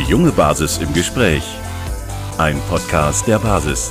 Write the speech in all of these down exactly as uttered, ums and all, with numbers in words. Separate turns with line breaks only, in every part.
junge Basis im Gespräch. Ein Podcast der Basis.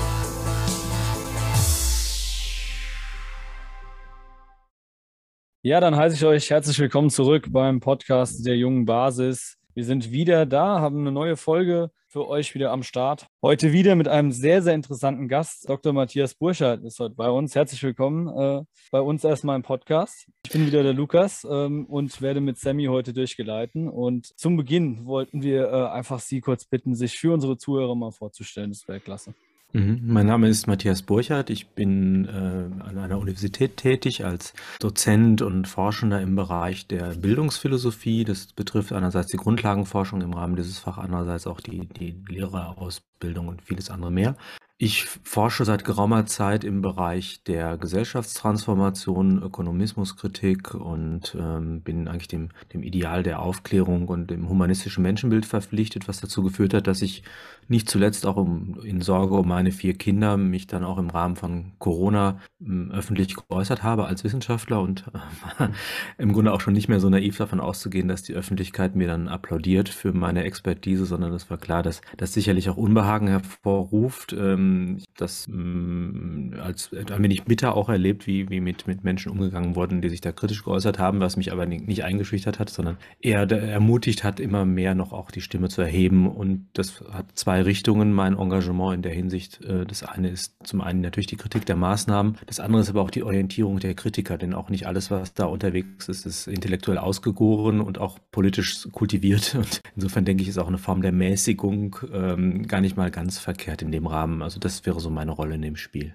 Ja, dann heiße ich euch herzlich willkommen zurück beim Podcast der jungen Basis. Wir sind wieder da, haben eine neue Folge für euch wieder am Start. Heute wieder mit einem sehr, sehr interessanten Gast. Doktor Matthias Burchardt ist heute bei uns. Herzlich willkommen äh, bei uns erstmal im Podcast. Ich bin wieder der Lukas ähm, und werde mit Sammy heute durchgeleiten. Und zum Beginn wollten wir äh, einfach Sie kurz bitten, sich für unsere Zuhörer mal vorzustellen. Das wäre klasse.
Mhm. Mein Name ist Matthias Burchardt. Ich bin äh, an einer Universität tätig als Dozent und Forschender im Bereich der Bildungsphilosophie. Das betrifft einerseits die Grundlagenforschung im Rahmen dieses Fachs, andererseits auch die, die Lehrerausbildung und vieles andere mehr. Ich forsche seit geraumer Zeit im Bereich der Gesellschaftstransformation, Ökonomismuskritik und ähm, bin eigentlich dem, dem Ideal der Aufklärung und dem humanistischen Menschenbild verpflichtet, was dazu geführt hat, dass ich nicht zuletzt auch um, in Sorge um meine vier Kinder mich dann auch im Rahmen von Corona ähm, öffentlich geäußert habe als Wissenschaftler und äh, im Grunde auch schon nicht mehr so naiv davon auszugehen, dass die Öffentlichkeit mir dann applaudiert für meine Expertise, sondern es war klar, dass das sicherlich auch Unbehagen hervorruft. Ähm, das mh, als ein wenig bitter auch erlebt, wie, wie mit, mit Menschen umgegangen wurden, die sich da kritisch geäußert haben, was mich aber nicht, nicht eingeschüchtert hat, sondern eher ermutigt hat, immer mehr noch auch die Stimme zu erheben. Und das hat zwei Richtungen, mein Engagement in der Hinsicht. Das eine ist zum einen natürlich die Kritik der Maßnahmen, das andere ist aber auch die Orientierung der Kritiker, denn auch nicht alles, was da unterwegs ist, ist intellektuell ausgegoren und auch politisch kultiviert. Und insofern denke ich, ist auch eine Form der Mäßigung ähm, gar nicht mal ganz verkehrt in dem Rahmen. Also das wäre so meine Rolle in dem Spiel.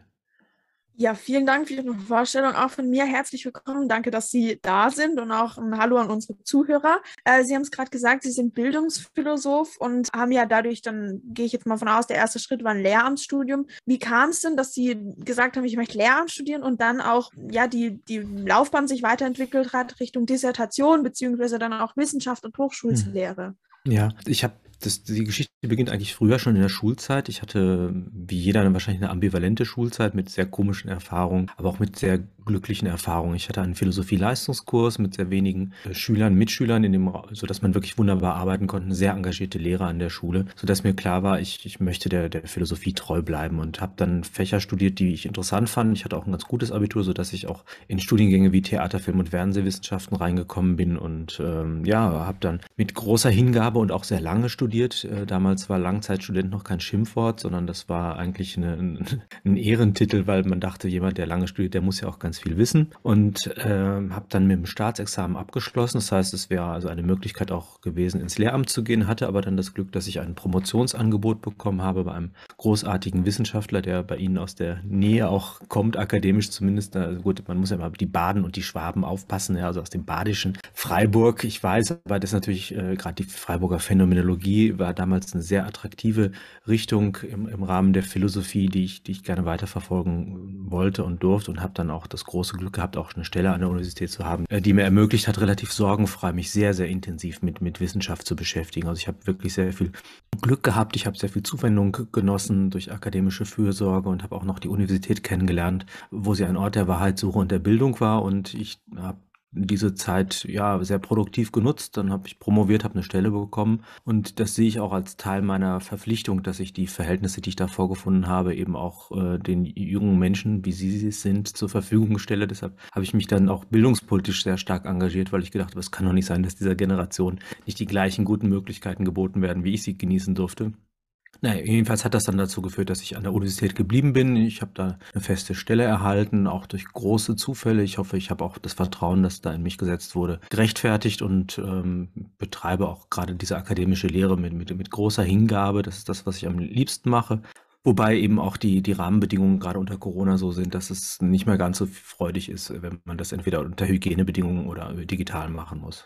Ja, vielen Dank für Ihre Vorstellung. Auch von mir herzlich willkommen. Danke, dass Sie da sind und auch ein Hallo an unsere Zuhörer. Äh, Sie haben es gerade gesagt, Sie sind Bildungsphilosoph und haben ja dadurch, dann gehe ich jetzt mal von aus, der erste Schritt war ein Lehramtsstudium. Wie kam es denn, dass Sie gesagt haben, ich möchte Lehramt studieren und dann auch ja die, die Laufbahn sich weiterentwickelt hat Richtung Dissertation beziehungsweise dann auch Wissenschaft und Hochschullehre?
Ja, ich habe Das, die Geschichte beginnt eigentlich früher schon in der Schulzeit. Ich hatte, wie jeder, eine, wahrscheinlich eine ambivalente Schulzeit mit sehr komischen Erfahrungen, aber auch mit sehr glücklichen Erfahrungen. Ich hatte einen Philosophie-Leistungskurs mit sehr wenigen äh, Schülern, Mitschülern, in dem, Ra- sodass man wirklich wunderbar arbeiten konnte, sehr engagierte Lehrer an der Schule, sodass mir klar war, ich, ich möchte der, der Philosophie treu bleiben und habe dann Fächer studiert, die ich interessant fand. Ich hatte auch ein ganz gutes Abitur, sodass ich auch in Studiengänge wie Theater, Film und Fernsehwissenschaften reingekommen bin und ähm, ja, habe dann mit großer Hingabe und auch sehr lange studiert. Äh, Damals war Langzeitstudent noch kein Schimpfwort, sondern das war eigentlich eine, ein, ein Ehrentitel, weil man dachte, jemand, der lange studiert, der muss ja auch ganz viel wissen. Und äh, habe dann mit dem Staatsexamen abgeschlossen. Das heißt, es wäre also eine Möglichkeit auch gewesen, ins Lehramt zu gehen, hatte aber dann das Glück, dass ich ein Promotionsangebot bekommen habe bei einem großartigen Wissenschaftler, der bei Ihnen aus der Nähe auch kommt, akademisch zumindest. Also gut, man muss ja immer die Baden und die Schwaben aufpassen, ja, also aus dem badischen Freiburg. Ich weiß, aber das ist natürlich äh, gerade die Freiburger Phänomenologie war damals eine sehr attraktive Richtung im, im Rahmen der Philosophie, die ich, die ich gerne weiterverfolgen wollte und durfte und habe dann auch das große Glück gehabt, auch eine Stelle an der Universität zu haben, äh, die mir ermöglicht hat, relativ sorgenfrei mich sehr, sehr intensiv mit, mit Wissenschaft zu beschäftigen. Also ich habe wirklich sehr viel Glück gehabt, ich habe sehr viel Zuwendung genossen durch akademische Fürsorge und habe auch noch die Universität kennengelernt, wo sie ein Ort der Wahrheitssuche und der Bildung war und ich habe diese Zeit ja sehr produktiv genutzt. Dann habe ich promoviert, habe eine Stelle bekommen und das sehe ich auch als Teil meiner Verpflichtung, dass ich die Verhältnisse, die ich da vorgefunden habe, eben auch äh, den jungen Menschen, wie sie es sind, zur Verfügung stelle. Deshalb habe ich mich dann auch bildungspolitisch sehr stark engagiert, weil ich gedacht habe, es kann doch nicht sein, dass dieser Generation nicht die gleichen guten Möglichkeiten geboten werden, wie ich sie genießen durfte. Naja, jedenfalls hat das dann dazu geführt, dass ich an der Universität geblieben bin. Ich habe da eine feste Stelle erhalten, auch durch große Zufälle. Ich hoffe, ich habe auch das Vertrauen, das da in mich gesetzt wurde, gerechtfertigt und ähm, betreibe auch gerade diese akademische Lehre mit, mit, mit großer Hingabe. Das ist das, was ich am liebsten mache. Wobei eben auch die, die Rahmenbedingungen gerade unter Corona so sind, dass es nicht mehr ganz so freudig ist, wenn man das entweder unter Hygienebedingungen oder digital machen muss.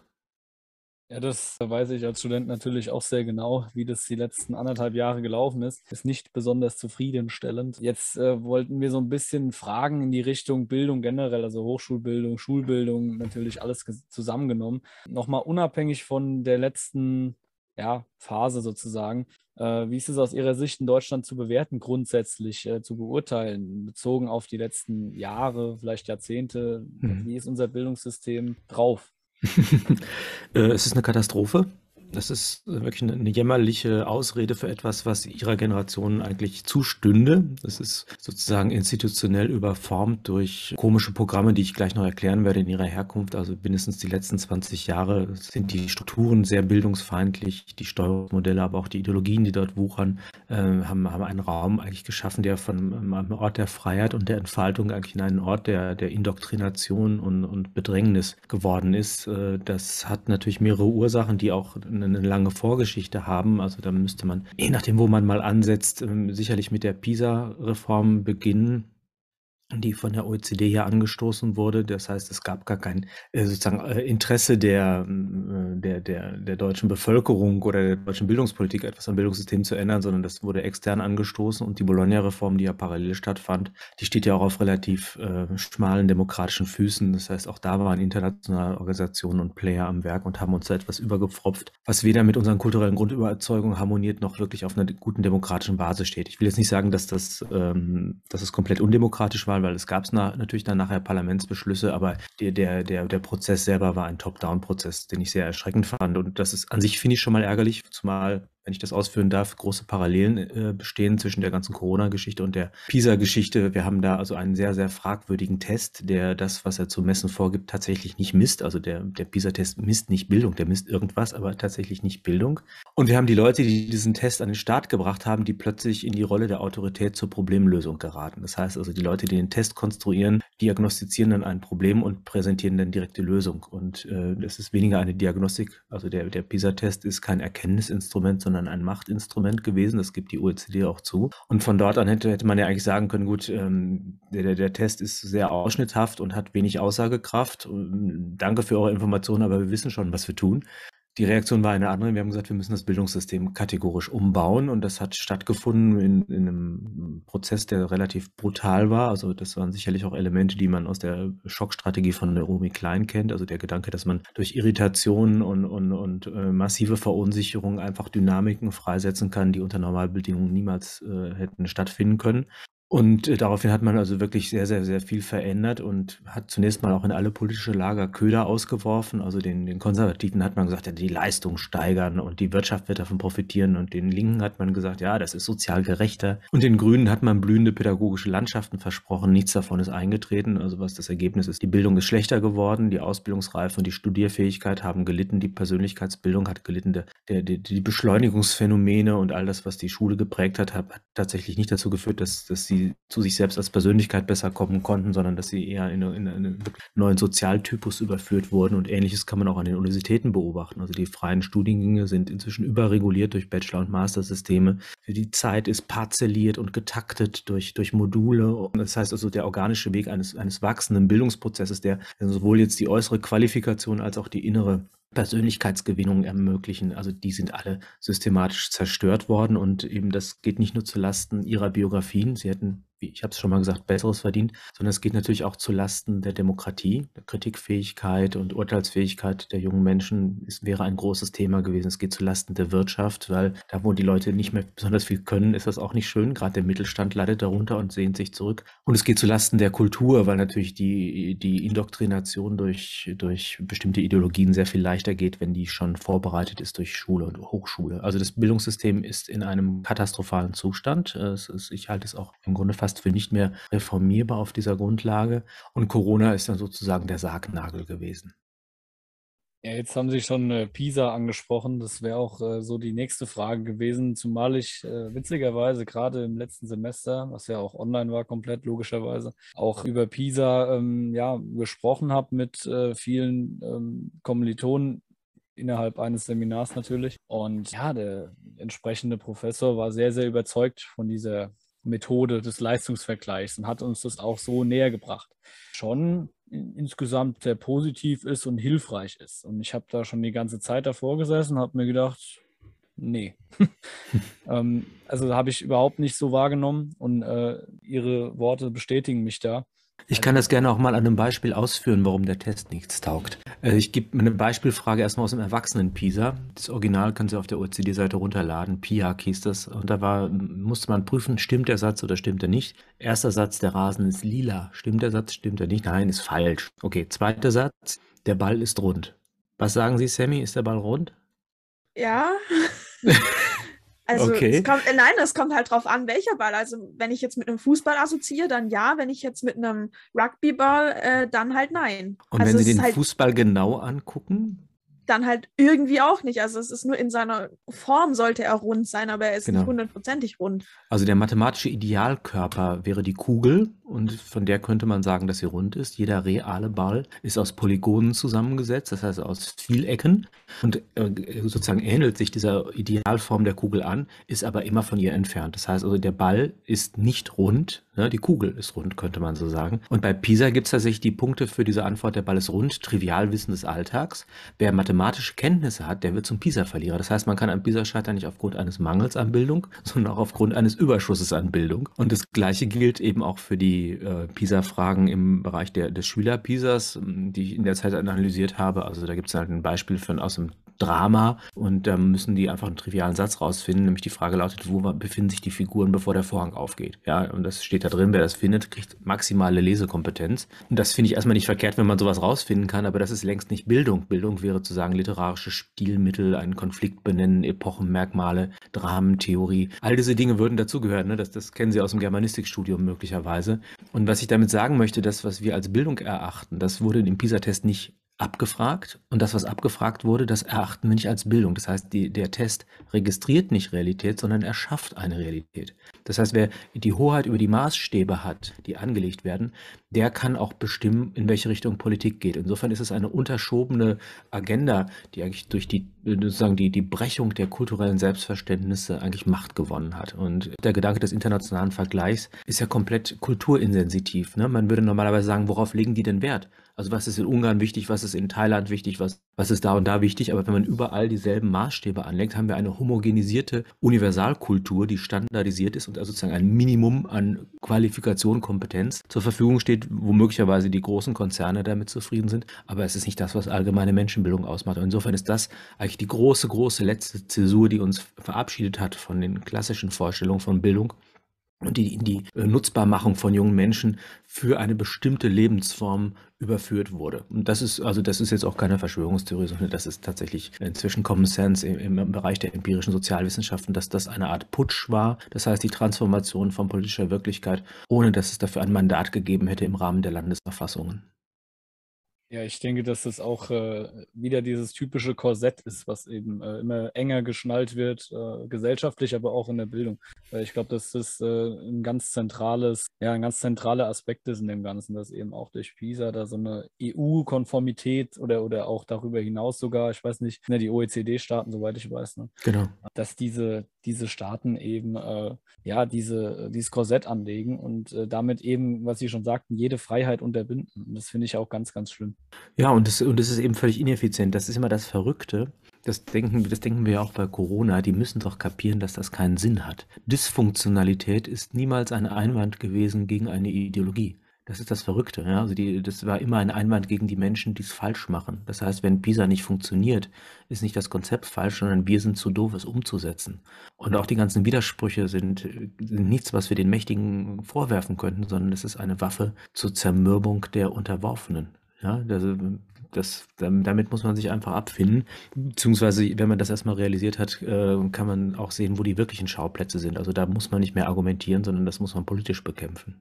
Ja, das weiß ich als Student natürlich auch sehr genau, wie das die letzten anderthalb Jahre gelaufen ist. Ist nicht besonders zufriedenstellend. Jetzt äh, wollten wir so ein bisschen fragen in die Richtung Bildung generell, also Hochschulbildung, Schulbildung, natürlich alles ges- zusammengenommen. Nochmal unabhängig von der letzten ja, Phase sozusagen. Äh, wie ist es aus Ihrer Sicht in Deutschland zu bewerten, grundsätzlich äh, zu beurteilen, bezogen auf die letzten Jahre, vielleicht Jahrzehnte?
Mhm.
Wie ist unser Bildungssystem drauf?
Äh, es ist eine Katastrophe. Das ist äh, wirklich eine, eine jämmerliche Ausrede für etwas, was ihrer Generation eigentlich zustünde. Das ist sozusagen institutionell überformt durch komische Programme, die ich gleich noch erklären werde in ihrer Herkunft. Also mindestens die letzten zwanzig Jahre sind die Strukturen sehr bildungsfeindlich, die Steuerungsmodelle, aber auch die Ideologien, die dort wuchern, äh, haben, haben einen Raum eigentlich geschaffen, der von einem Ort der Freiheit und der Entfaltung eigentlich in einen Ort der, der Indoktrination und, und Bedrängnis geworden ist. Äh, das hat natürlich mehrere Ursachen, die auch eine eine lange Vorgeschichte haben. Also da müsste man, je nachdem, wo man mal ansetzt, ähm, sicherlich mit der PISA-Reform beginnen, die von der O E C D hier angestoßen wurde. Das heißt, es gab gar kein äh, sozusagen äh, Interesse der, äh, der, der, der deutschen Bevölkerung oder der deutschen Bildungspolitik, etwas am Bildungssystem zu ändern, sondern das wurde extern angestoßen. Und die Bologna-Reform, die ja parallel stattfand, die steht ja auch auf relativ äh, schmalen demokratischen Füßen. Das heißt, auch da waren internationale Organisationen und Player am Werk und haben uns da etwas übergepfropft, was weder mit unseren kulturellen Grundüberzeugungen harmoniert, noch wirklich auf einer guten demokratischen Basis steht. Ich will jetzt nicht sagen, dass das, ähm, dass es komplett undemokratisch war, weil es gab na, natürlich dann nachher Parlamentsbeschlüsse, aber der, der, der, der Prozess selber war ein Top-Down-Prozess, den ich sehr erschreckend fand. Und das ist an sich, finde ich, schon mal ärgerlich, zumal, wenn ich das ausführen darf, große Parallelen äh, bestehen zwischen der ganzen Corona-Geschichte und der PISA-Geschichte. Wir haben da also einen sehr, sehr fragwürdigen Test, der das, was er zu messen vorgibt, tatsächlich nicht misst. Also der, der PISA-Test misst nicht Bildung, der misst irgendwas, aber tatsächlich nicht Bildung. Und wir haben die Leute, die diesen Test an den Start gebracht haben, die plötzlich in die Rolle der Autorität zur Problemlösung geraten. Das heißt also, die Leute, die den Test konstruieren, diagnostizieren dann ein Problem und präsentieren dann direkt die Lösung. Und äh, es ist weniger eine Diagnostik, also der, der PISA-Test ist kein Erkenntnisinstrument, sondern ein Machtinstrument gewesen. Das gibt die O E C D auch zu. Und von dort an hätte, hätte man ja eigentlich sagen können, gut, ähm, der, der, der Test ist sehr ausschnitthaft und hat wenig Aussagekraft. Und danke für eure Informationen, aber wir wissen schon, was wir tun. Die Reaktion war eine andere. Wir haben gesagt, wir müssen das Bildungssystem kategorisch umbauen, und das hat stattgefunden in, in einem Prozess, der relativ brutal war. Also das waren sicherlich auch Elemente, die man aus der Schockstrategie von Naomi Klein kennt. Also der Gedanke, dass man durch Irritation und, und, und äh, massive Verunsicherung einfach Dynamiken freisetzen kann, die unter Normalbedingungen niemals äh, hätten stattfinden können. Und äh, daraufhin hat man also wirklich sehr, sehr, sehr viel verändert und hat zunächst mal auch in alle politische Lager Köder ausgeworfen. Also den, den Konservativen hat man gesagt, ja, die Leistung steigern und die Wirtschaft wird davon profitieren. Und den Linken hat man gesagt, ja, das ist sozial gerechter. Und den Grünen hat man blühende pädagogische Landschaften versprochen. Nichts davon ist eingetreten. Also was das Ergebnis ist, die Bildung ist schlechter geworden, die Ausbildungsreife und die Studierfähigkeit haben gelitten, die Persönlichkeitsbildung hat gelitten, der, der, die, die Beschleunigungsphänomen und all das, was die Schule geprägt hat, hat tatsächlich nicht dazu geführt, dass, dass sie zu sich selbst als Persönlichkeit besser kommen konnten, sondern dass sie eher in, eine, in einen neuen Sozialtypus überführt wurden. Und Ähnliches kann man auch an den Universitäten beobachten. Also die freien Studiengänge sind inzwischen überreguliert durch Bachelor- und Mastersysteme. Die Zeit ist parzelliert und getaktet durch, durch Module. Das heißt also, der organische Weg eines, eines wachsenden Bildungsprozesses, der sowohl jetzt die äußere Qualifikation als auch die innere Persönlichkeitsgewinnung ermöglichen. Also die sind alle systematisch zerstört worden, und eben das geht nicht nur zu Lasten ihrer Biografien. Sie hätten, wie ich habe es schon mal gesagt, Besseres verdient, sondern es geht natürlich auch zu Lasten der Demokratie, der Kritikfähigkeit und Urteilsfähigkeit der jungen Menschen. Es wäre ein großes Thema gewesen. Es geht zu Lasten der Wirtschaft, weil da, wo die Leute nicht mehr besonders viel können, ist das auch nicht schön. Gerade der Mittelstand leidet darunter und sehnt sich zurück. Und es geht zu Lasten der Kultur, weil natürlich die, die Indoktrination durch, durch bestimmte Ideologien sehr viel leichter geht, wenn die schon vorbereitet ist durch Schule und Hochschule. Also das Bildungssystem ist in einem katastrophalen Zustand. Es ist, ich halte es auch im Grunde fast für nicht mehr reformierbar auf dieser Grundlage. Und Corona ist dann sozusagen der Sargnagel gewesen.
Ja, jetzt haben Sie schon äh, PISA angesprochen. Das wäre auch äh, so die nächste Frage gewesen, zumal ich äh, witzigerweise gerade im letzten Semester, was ja auch online war, komplett logischerweise, auch über PISA ähm, ja, gesprochen habe mit äh, vielen ähm, Kommilitonen innerhalb eines Seminars natürlich. Und ja, der entsprechende Professor war sehr, sehr überzeugt von dieser Methode des Leistungsvergleichs und hat uns das auch so näher gebracht. Schon insgesamt sehr positiv ist und hilfreich ist. Und ich habe da schon die ganze Zeit davor gesessen und habe mir gedacht, nee. ähm, also habe ich überhaupt nicht so wahrgenommen, und äh, Ihre Worte bestätigen mich da.
Ich kann das gerne auch mal an einem Beispiel ausführen, warum der Test nichts taugt. Äh, ich gebe eine Beispielfrage erstmal aus dem Erwachsenen-PISA. Das Original können Sie auf der O E C D-Seite runterladen. P I A hieß das. Und da war, musste man prüfen, stimmt der Satz oder stimmt er nicht. Erster Satz, der Rasen ist lila. Stimmt der Satz, stimmt er nicht? Nein, ist falsch. Okay, zweiter Satz, der Ball ist rund. Was sagen Sie, Sammy? Ist der Ball rund?
Ja. Also es
Okay.
kommt, äh, nein, es kommt halt drauf an, welcher Ball. Also wenn ich jetzt mit einem Fußball assoziiere, dann ja. Wenn ich jetzt mit einem Rugbyball, äh, dann halt nein.
Und
Also
wenn Sie
es ist
den
halt
Fußball genau angucken,
dann halt irgendwie auch nicht. Also es ist nur in seiner Form sollte er rund sein, aber er ist nicht
genau.
hundertprozentig rund.
Also der mathematische Idealkörper wäre die Kugel und von der könnte man sagen, dass sie rund ist. Jeder reale Ball ist aus Polygonen zusammengesetzt, das heißt aus Vielecken und äh, sozusagen ähnelt sich dieser Idealform der Kugel an, ist aber immer von ihr entfernt. Das heißt also, der Ball ist nicht rund, ne? Die Kugel ist rund, könnte man so sagen. Und bei PISA gibt es tatsächlich die Punkte für diese Antwort, der Ball ist rund, Trivialwissen des Alltags. Wer mathematische Kenntnisse hat, der wird zum PISA-Verlierer. Das heißt, man kann am PISA scheitern nicht aufgrund eines Mangels an Bildung, sondern auch aufgrund eines Überschusses an Bildung. Und das Gleiche gilt eben auch für die äh, PISA-Fragen im Bereich der, des Schüler-PISAs, die ich in der Zeit analysiert habe. Also da gibt es halt ein Beispiel von, aus dem Drama und da müssen die einfach einen trivialen Satz rausfinden, nämlich die Frage lautet, wo befinden sich die Figuren, bevor der Vorhang aufgeht. Ja, und das steht da drin, wer das findet, kriegt maximale Lesekompetenz. Und das finde ich erstmal nicht verkehrt, wenn man sowas rausfinden kann, aber das ist längst nicht Bildung. Bildung wäre zu sagen, literarische Stilmittel, einen Konflikt benennen, Epochenmerkmale, Dramentheorie. All diese Dinge würden dazugehören, ne? das, das kennen Sie aus dem Germanistikstudium möglicherweise. Und was ich damit sagen möchte, das, was wir als Bildung erachten, das wurde im PISA-Test nicht abgefragt und das, was abgefragt wurde, das erachten wir nicht als Bildung. Das heißt, die, der Test registriert nicht Realität, sondern er schafft eine Realität. Das heißt, wer die Hoheit über die Maßstäbe hat, die angelegt werden, der kann auch bestimmen, in welche Richtung Politik geht. Insofern ist es eine unterschobene Agenda, die eigentlich durch die, sozusagen die, die Brechung der kulturellen Selbstverständnisse eigentlich Macht gewonnen hat. Und der Gedanke des internationalen Vergleichs ist ja komplett kulturinsensitiv. Ne? Man würde normalerweise sagen, worauf legen die denn Wert? Also was ist in Ungarn wichtig, was ist in Thailand wichtig, was, was ist da und da wichtig. Aber wenn man überall dieselben Maßstäbe anlegt, haben wir eine homogenisierte Universalkultur, die standardisiert ist und also sozusagen ein Minimum an Qualifikation, Kompetenz zur Verfügung steht, wo möglicherweise die großen Konzerne damit zufrieden sind. Aber es ist nicht das, was allgemeine Menschenbildung ausmacht. Und insofern ist das eigentlich die große, große letzte Zäsur, die uns verabschiedet hat von den klassischen Vorstellungen von Bildung und die in die Nutzbarmachung von jungen Menschen für eine bestimmte Lebensform überführt wurde. Und das ist, also das ist jetzt auch keine Verschwörungstheorie, sondern das ist tatsächlich inzwischen Common Sense im, im Bereich der empirischen Sozialwissenschaften, dass das eine Art Putsch war. Das heißt, die Transformation von politischer Wirklichkeit, ohne dass es dafür ein Mandat gegeben hätte im Rahmen der Landesverfassungen.
Ja, ich denke, dass das auch äh, wieder dieses typische Korsett ist, was eben äh, immer enger geschnallt wird, äh, gesellschaftlich, aber auch in der Bildung. Äh, ich glaube, dass das äh, ein ganz zentrales, ja, ein ganz zentraler Aspekt ist in dem Ganzen, dass eben auch durch PISA da so eine E U-Konformität oder, oder auch darüber hinaus sogar, ich weiß nicht, ne, die O E C D-Staaten, soweit ich weiß, ne,
Genau.
dass diese, diese Staaten eben äh, ja, diese, dieses Korsett anlegen und äh, damit eben, was Sie schon sagten, jede Freiheit unterbinden. Und das finde ich auch ganz, ganz schlimm.
Ja, und das, und das ist eben völlig ineffizient. Das ist immer das Verrückte. Das denken, das denken wir ja auch bei Corona. Die müssen doch kapieren, dass das keinen Sinn hat. Dysfunktionalität ist niemals ein Einwand gewesen gegen eine Ideologie. Das ist das Verrückte. Ja? Also die, das war immer ein Einwand gegen die Menschen, die es falsch machen. Das heißt, wenn PISA nicht funktioniert, ist nicht das Konzept falsch, sondern wir sind zu doof, es umzusetzen. Und auch die ganzen Widersprüche sind, sind nichts, was wir den Mächtigen vorwerfen könnten, sondern es ist eine Waffe zur Zermürbung der Unterworfenen. Ja, das, das, damit muss man sich einfach abfinden. Beziehungsweise, wenn man das erstmal realisiert hat, kann man auch sehen, wo die wirklichen Schauplätze sind. Also da muss man nicht mehr argumentieren, sondern das muss man politisch bekämpfen.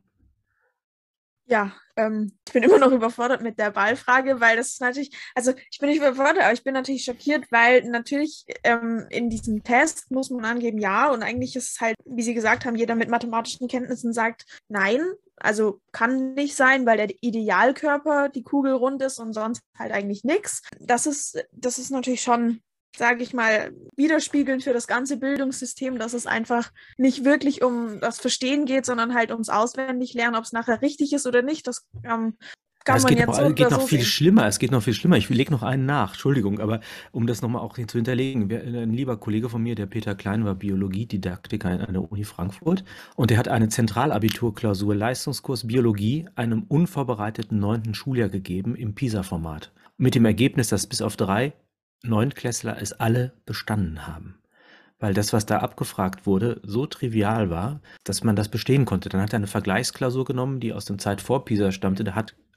Ja, ähm, ich bin immer noch überfordert mit der Ballfrage, weil das ist natürlich, also ich bin nicht überfordert, aber ich bin natürlich schockiert, weil natürlich ähm, in diesem Test muss man angeben, ja, und eigentlich ist es halt, wie Sie gesagt haben, jeder mit mathematischen Kenntnissen sagt nein, also kann nicht sein, weil der Idealkörper die Kugel rund ist und sonst halt eigentlich nichts. Das ist, das ist natürlich schon, sage ich mal, widerspiegelnd für das ganze Bildungssystem, dass es einfach nicht wirklich um das Verstehen geht, sondern halt ums Auswendiglernen, ob es nachher richtig ist oder nicht. Das ähm, kann
Ja, es
man
geht
jetzt
noch,
so
geht
oder
noch
so
viel
sehen.
schlimmer. Es geht noch viel schlimmer. Ich lege noch einen nach, Entschuldigung, aber um das nochmal auch zu hinterlegen. Wir, ein lieber Kollege von mir, der Peter Klein, war Biologiedidaktiker an der Uni Frankfurt und der hat eine Zentralabiturklausur Leistungskurs Biologie einem unvorbereiteten neunten Schuljahr gegeben im PISA-Format. Mit dem Ergebnis, dass bis auf drei Neunklässler es alle bestanden haben. Weil das, was da abgefragt wurde, so trivial war, dass man das bestehen konnte. Dann hat er eine Vergleichsklausur genommen, die aus der Zeit vor PISA stammte. Da hat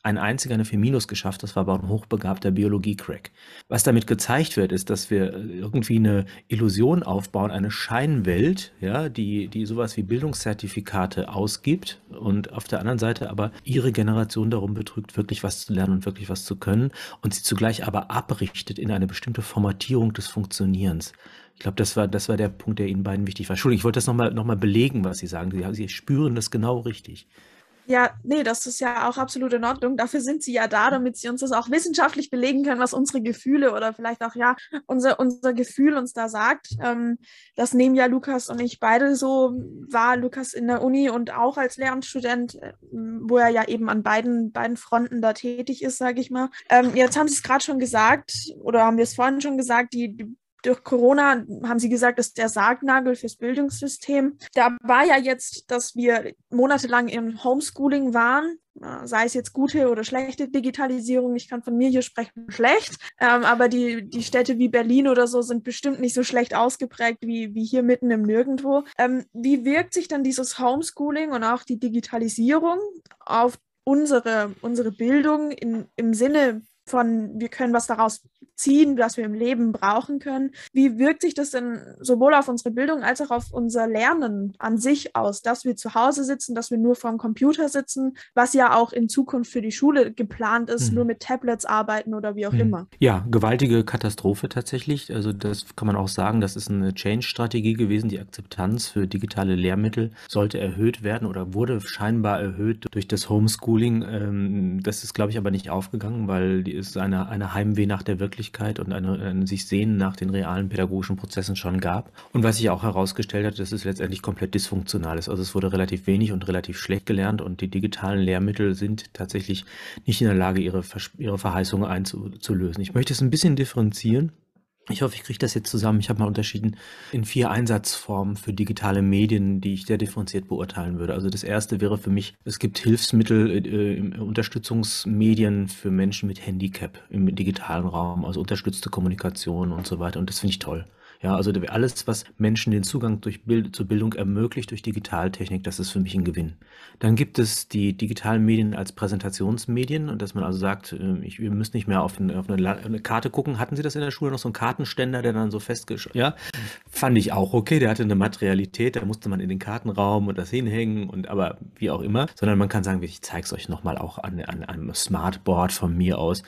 ein einziger eine vier minus geschafft, das war aber ein hochbegabter Biologie-Crack. Was damit gezeigt wird, ist, dass wir irgendwie eine Illusion aufbauen, eine Scheinwelt, ja, die, die sowas wie Bildungszertifikate ausgibt und auf der anderen Seite aber ihre Generation darum betrügt, wirklich was zu lernen und wirklich was zu können und sie zugleich aber abrichtet in eine bestimmte Formatierung des Funktionierens. Ich glaube, das war, das war der Punkt, der Ihnen beiden wichtig war. Entschuldigung, ich wollte das nochmal noch mal belegen, was Sie sagen. Sie, Sie spüren das genau richtig.
Ja, nee, das ist ja auch absolut in Ordnung. Dafür sind sie ja da, damit sie uns das auch wissenschaftlich belegen können, was unsere Gefühle oder vielleicht auch ja unser, unser Gefühl uns da sagt. Ähm, das nehmen ja Lukas und ich beide so wahr. Lukas in der Uni und auch als Lehramtsstudent, äh, wo er ja eben an beiden, beiden Fronten da tätig ist, sage ich mal. Ähm, jetzt haben Sie es gerade schon gesagt oder haben wir es vorhin schon gesagt, die, die durch Corona, haben Sie gesagt, ist der Sargnagel fürs Bildungssystem. Da war ja jetzt, dass wir monatelang im Homeschooling waren, sei es jetzt gute oder schlechte Digitalisierung. Ich kann von mir hier sprechen, schlecht. Ähm, aber die, die Städte wie Berlin oder so sind bestimmt nicht so schlecht ausgeprägt wie, wie hier mitten im Nirgendwo. Ähm, wie wirkt sich dann dieses Homeschooling und auch die Digitalisierung auf unsere, unsere Bildung in, im Sinne von, wir können was daraus ziehen, was wir im Leben brauchen können. Wie wirkt sich das denn sowohl auf unsere Bildung als auch auf unser Lernen an sich aus, dass wir zu Hause sitzen, dass wir nur vorm Computer sitzen, was ja auch in Zukunft für die Schule geplant ist, hm. nur mit Tablets arbeiten oder wie auch hm. immer?
Ja, gewaltige Katastrophe tatsächlich. Also das kann man auch sagen, das ist eine Change-Strategie gewesen. Die Akzeptanz für digitale Lehrmittel sollte erhöht werden oder wurde scheinbar erhöht durch das Homeschooling. Das ist, glaube ich, aber nicht aufgegangen, weil es eine, eine Heimweh nach der Wirklichkeit und eine, ein sich Sehnen nach den realen pädagogischen Prozessen schon gab. Und was sich auch herausgestellt hat, dass es letztendlich komplett dysfunktional ist. Also es wurde relativ wenig und relativ schlecht gelernt und die digitalen Lehrmittel sind tatsächlich nicht in der Lage, ihre, ihre Verheißungen einzulösen. Ich möchte es ein bisschen differenzieren. Ich hoffe, ich kriege das jetzt zusammen. Ich habe mal unterschieden in vier Einsatzformen für digitale Medien, die ich sehr differenziert beurteilen würde. Also das erste wäre für mich, es gibt Hilfsmittel, äh, Unterstützungsmedien für Menschen mit Handicap im digitalen Raum, also unterstützte Kommunikation und so weiter. Und das finde ich toll. Ja, also alles, was Menschen den Zugang durch Bild, zur Bildung ermöglicht durch Digitaltechnik, das ist für mich ein Gewinn. Dann gibt es die digitalen Medien als Präsentationsmedien und dass man also sagt, ich, ihr müsst nicht mehr auf eine, auf eine, eine Karte gucken. Hatten Sie das in der Schule noch, so einen Kartenständer, der dann so festgeschrieben, ja? Fand ich auch okay, der hatte eine Materialität, da musste man in den Kartenraum und das hinhängen und aber wie auch immer, sondern man kann sagen, ich zeige es euch nochmal auch an, an einem Smartboard von mir aus.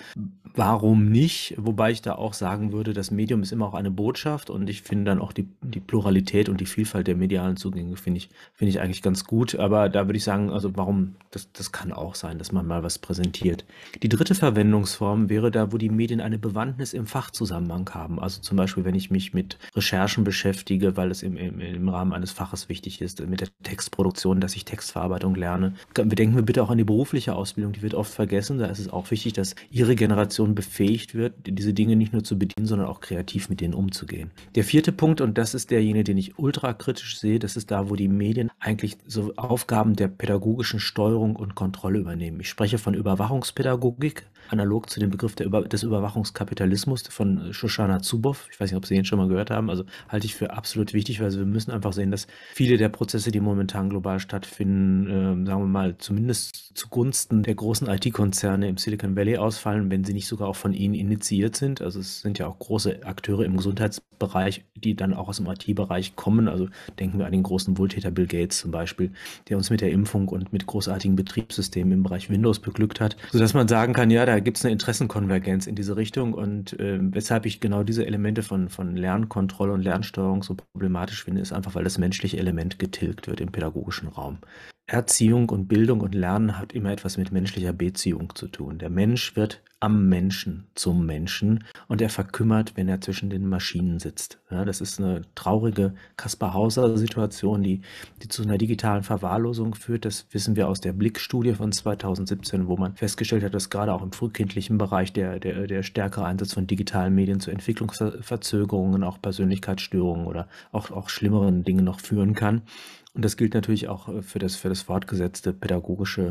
Warum nicht? Wobei ich da auch sagen würde, das Medium ist immer auch eine Botschaft und ich finde dann auch die, die Pluralität und die Vielfalt der medialen Zugänge finde ich, finde ich eigentlich ganz gut. Aber da würde ich sagen, also warum, das, das kann auch sein, dass man mal was präsentiert. Die dritte Verwendungsform wäre da, wo die Medien eine Bewandtnis im Fachzusammenhang haben. Also zum Beispiel, wenn ich mich mit Recherchen beschäftige, weil es im, im, im Rahmen eines Faches wichtig ist, mit der Textproduktion, dass ich Textverarbeitung lerne. Bedenken wir bitte auch an die berufliche Ausbildung, die wird oft vergessen. Da ist es auch wichtig, dass Ihre Generation befähigt wird, diese Dinge nicht nur zu bedienen, sondern auch kreativ mit denen umzugehen. Der vierte Punkt, und das ist derjenige, den ich ultra kritisch sehe, das ist da, wo die Medien eigentlich so Aufgaben der pädagogischen Steuerung und Kontrolle übernehmen. Ich spreche von Überwachungspädagogik, analog zu dem Begriff der Über- des Überwachungskapitalismus von Shoshana Zuboff. Ich weiß nicht, ob Sie den schon mal gehört haben. Also halte ich für absolut wichtig, weil wir müssen einfach sehen, dass viele der Prozesse, die momentan global stattfinden, äh, sagen wir mal, zumindest zugunsten der großen I T-Konzerne im Silicon Valley ausfallen, wenn sie nicht sogar auch von ihnen initiiert sind. Also es sind ja auch große Akteure im Gesundheitsbereich, die dann auch aus dem I T-Bereich kommen. Also denken wir an den großen Wohltäter Bill Gates zum Beispiel, der uns mit der Impfung und mit großartigen Betriebssystemen im Bereich Windows beglückt hat, sodass man sagen kann, ja, da gibt es eine Interessenkonvergenz in diese Richtung und äh, weshalb ich genau diese Elemente von, von Lernkontrolle und Lernsteuerung so problematisch finde, ist einfach, weil das menschliche Element getilgt wird im pädagogischen Raum. Erziehung und Bildung und Lernen hat immer etwas mit menschlicher Beziehung zu tun. Der Mensch wird am Menschen zum Menschen und er verkümmert, wenn er zwischen den Maschinen sitzt. Ja, das ist eine traurige Kaspar-Hauser-Situation, die, die zu einer digitalen Verwahrlosung führt. Das wissen wir aus der Blick-Studie von zweitausendsiebzehn, wo man festgestellt hat, dass gerade auch im frühkindlichen Bereich der, der, der stärkere Einsatz von digitalen Medien zu Entwicklungsverzögerungen, auch Persönlichkeitsstörungen oder auch, auch schlimmeren Dingen noch führen kann. Und das gilt natürlich auch für das, für das fortgesetzte pädagogische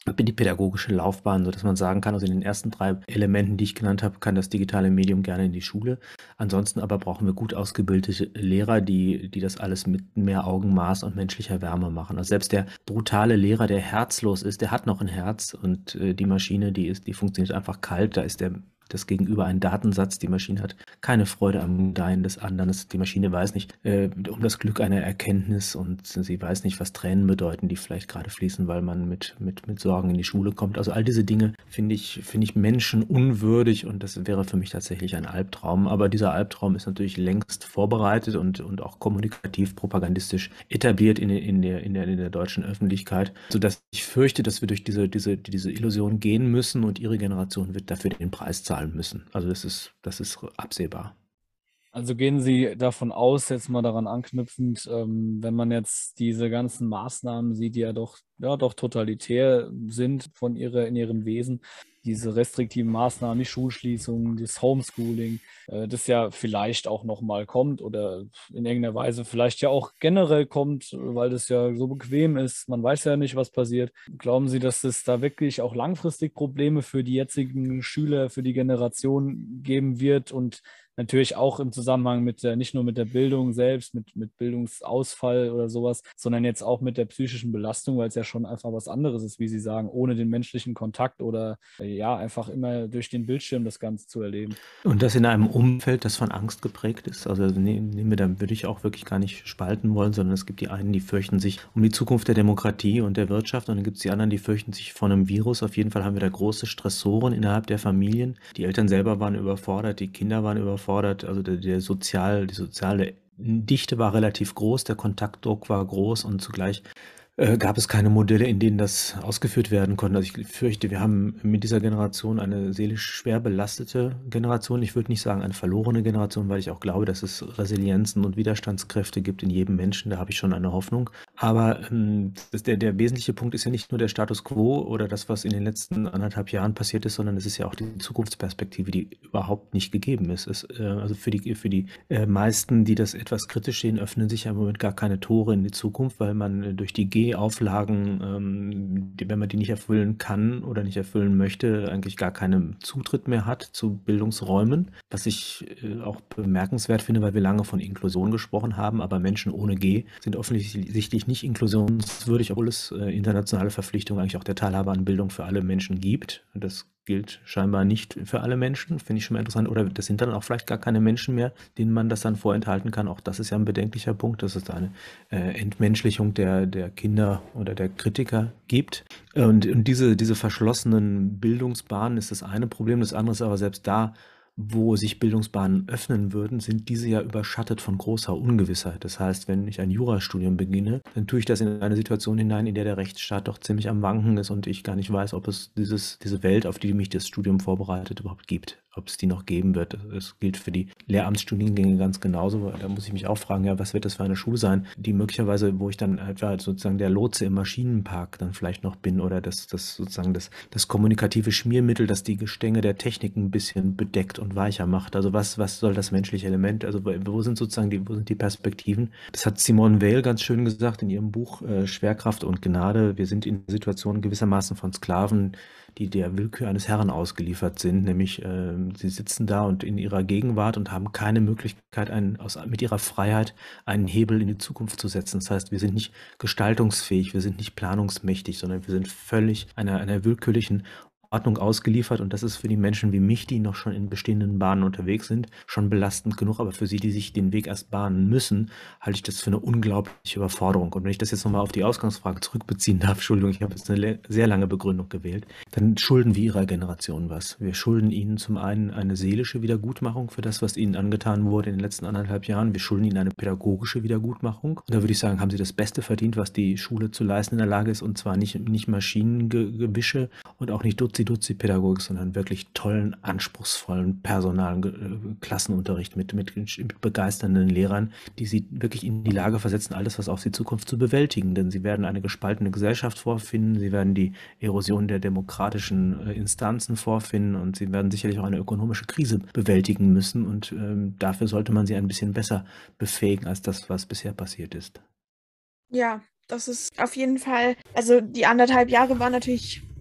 in die pädagogische Laufbahn, sodass man sagen kann, also in den ersten drei Elementen, die ich genannt habe, kann das digitale Medium gerne in die Schule. Ansonsten aber brauchen wir gut ausgebildete Lehrer, die, die das alles mit mehr Augenmaß und menschlicher Wärme machen. Also selbst der brutale Lehrer, der herzlos ist, der hat noch ein Herz, und äh, die Maschine, die ist, die funktioniert einfach kalt. Da ist der das Gegenüber ein Datensatz. Die Maschine hat keine Freude am Gedeihen des anderen. Die Maschine weiß nicht äh, um das Glück einer Erkenntnis, und sie weiß nicht, was Tränen bedeuten, die vielleicht gerade fließen, weil man mit, mit, mit Sorgen in die Schule kommt. Also all diese Dinge finde ich, finde ich menschenunwürdig, und das wäre für mich tatsächlich ein Albtraum. Aber dieser Albtraum ist natürlich längst vorbereitet und, und auch kommunikativ, propagandistisch etabliert in, in, der, in, der, in der deutschen Öffentlichkeit, sodass ich fürchte, dass wir durch diese, diese, diese Illusion gehen müssen, und ihre Generation wird dafür den Preis zahlen müssen. Also das ist, das ist absehbar.
Also gehen Sie davon aus, jetzt mal daran anknüpfend, ähm, wenn man jetzt diese ganzen Maßnahmen sieht, die ja doch, ja, doch totalitär sind von ihrer, in ihrem Wesen, diese restriktiven Maßnahmen, die Schulschließungen, das Homeschooling, äh, das ja vielleicht auch nochmal kommt oder in irgendeiner Weise vielleicht ja auch generell kommt, weil das ja so bequem ist. Man weiß ja nicht, was passiert. Glauben Sie, dass es da wirklich auch langfristig Probleme für die jetzigen Schüler, für die Generation geben wird, und natürlich auch im Zusammenhang mit der, nicht nur mit der Bildung selbst, mit, mit Bildungsausfall oder sowas, sondern jetzt auch mit der psychischen Belastung, weil es ja schon einfach was anderes ist, wie Sie sagen, ohne den menschlichen Kontakt oder ja, einfach immer durch den Bildschirm das Ganze zu erleben.
Und das in einem Umfeld, das von Angst geprägt ist. Also nehmen wir, da würde ich auch wirklich gar nicht spalten wollen, sondern es gibt die einen, die fürchten sich um die Zukunft der Demokratie und der Wirtschaft, und dann gibt es die anderen, die fürchten sich vor einem Virus. Auf jeden Fall haben wir da große Stressoren innerhalb der Familien. Die Eltern selber waren überfordert, die Kinder waren überfordert. Also der, der sozial, die soziale Dichte war relativ groß, der Kontaktdruck war groß, und zugleich äh, gab es keine Modelle, in denen das ausgeführt werden konnte. Also ich fürchte, wir haben mit dieser Generation eine seelisch schwer belastete Generation. Ich würde nicht sagen eine verlorene Generation, weil ich auch glaube, dass es Resilienzen und Widerstandskräfte gibt in jedem Menschen. Da habe ich schon eine Hoffnung. Aber ähm, das, der, der wesentliche Punkt ist ja nicht nur der Status quo oder das, was in den letzten anderthalb Jahren passiert ist, sondern es ist ja auch die Zukunftsperspektive, die überhaupt nicht gegeben ist. Es, äh, also für die, für die äh, meisten, die das etwas kritisch sehen, öffnen sich ja im Moment gar keine Tore in die Zukunft, weil man äh, durch die G-Auflagen, ähm, die, wenn man die nicht erfüllen kann oder nicht erfüllen möchte, eigentlich gar keinen Zutritt mehr hat zu Bildungsräumen, was ich äh, auch bemerkenswert finde, weil wir lange von Inklusion gesprochen haben, aber Menschen ohne G sind offensichtlich nicht inklusionswürdig, obwohl es äh, internationale Verpflichtungen eigentlich auch der Teilhabe an Bildung für alle Menschen gibt. Das gilt scheinbar nicht für alle Menschen, finde ich schon mal interessant. Oder das sind dann auch vielleicht gar keine Menschen mehr, denen man das dann vorenthalten kann. Auch das ist ja ein bedenklicher Punkt, dass es eine äh, Entmenschlichung der, der Kinder oder der Kritiker gibt. Und, und diese, diese verschlossenen Bildungsbahnen ist das eine Problem. Das andere ist aber, selbst da, wo sich Bildungsbahnen öffnen würden, sind diese ja überschattet von großer Ungewissheit. Das heißt, wenn ich ein Jurastudium beginne, dann tue ich das in eine Situation hinein, in der der Rechtsstaat doch ziemlich am Wanken ist und ich gar nicht weiß, ob es dieses, diese Welt, auf die mich das Studium vorbereitet, überhaupt gibt. Ob es die noch geben wird. Das gilt für die Lehramtsstudiengänge ganz genauso. Da muss ich mich auch fragen, ja, was wird das für eine Schule sein, die möglicherweise, wo ich dann etwa sozusagen der Lotse im Maschinenpark dann vielleicht noch bin, oder das, das sozusagen das, das kommunikative Schmiermittel, das die Gestänge der Technik ein bisschen bedeckt und weicher macht. Also was, was soll das menschliche Element? Also wo sind sozusagen die, wo sind die Perspektiven? Das hat Simone Weil ganz schön gesagt in ihrem Buch äh, Schwerkraft und Gnade. Wir sind in Situationen gewissermaßen von Sklaven, die der Willkür eines Herrn ausgeliefert sind, nämlich äh, sie sitzen da und in ihrer Gegenwart und haben keine Möglichkeit, einen, aus, mit ihrer Freiheit einen Hebel in die Zukunft zu setzen. Das heißt, wir sind nicht gestaltungsfähig, wir sind nicht planungsmächtig, sondern wir sind völlig einer, einer willkürlichen Ordnung ausgeliefert, und das ist für die Menschen wie mich, die noch schon in bestehenden Bahnen unterwegs sind, schon belastend genug, aber für sie, die sich den Weg erst bahnen müssen, halte ich das für eine unglaubliche Überforderung. Und wenn ich das jetzt nochmal auf die Ausgangsfrage zurückbeziehen darf, Entschuldigung, ich habe jetzt eine sehr lange Begründung gewählt, dann schulden wir ihrer Generation was. Wir schulden ihnen zum einen eine seelische Wiedergutmachung für das, was ihnen angetan wurde in den letzten anderthalb Jahren. Wir schulden ihnen eine pädagogische Wiedergutmachung. Und da würde ich sagen, haben sie das Beste verdient, was die Schule zu leisten in der Lage ist, und zwar nicht, nicht Maschinengewische und auch nicht Dutzend Duzi-Pädagogik, sondern wirklich tollen, anspruchsvollen personalen Klassenunterricht mit, mit, mit begeisternden Lehrern, die sie wirklich in die Lage versetzen, alles, was auf sie zukommt, zu bewältigen. Denn sie werden eine gespaltene Gesellschaft vorfinden, sie werden die Erosion der demokratischen Instanzen vorfinden, und sie werden sicherlich auch eine ökonomische Krise bewältigen müssen, und ähm, dafür sollte man sie ein bisschen besser befähigen, als das, was bisher passiert ist.
Ja, das ist auf jeden Fall, also die anderthalb Jahre waren natürlich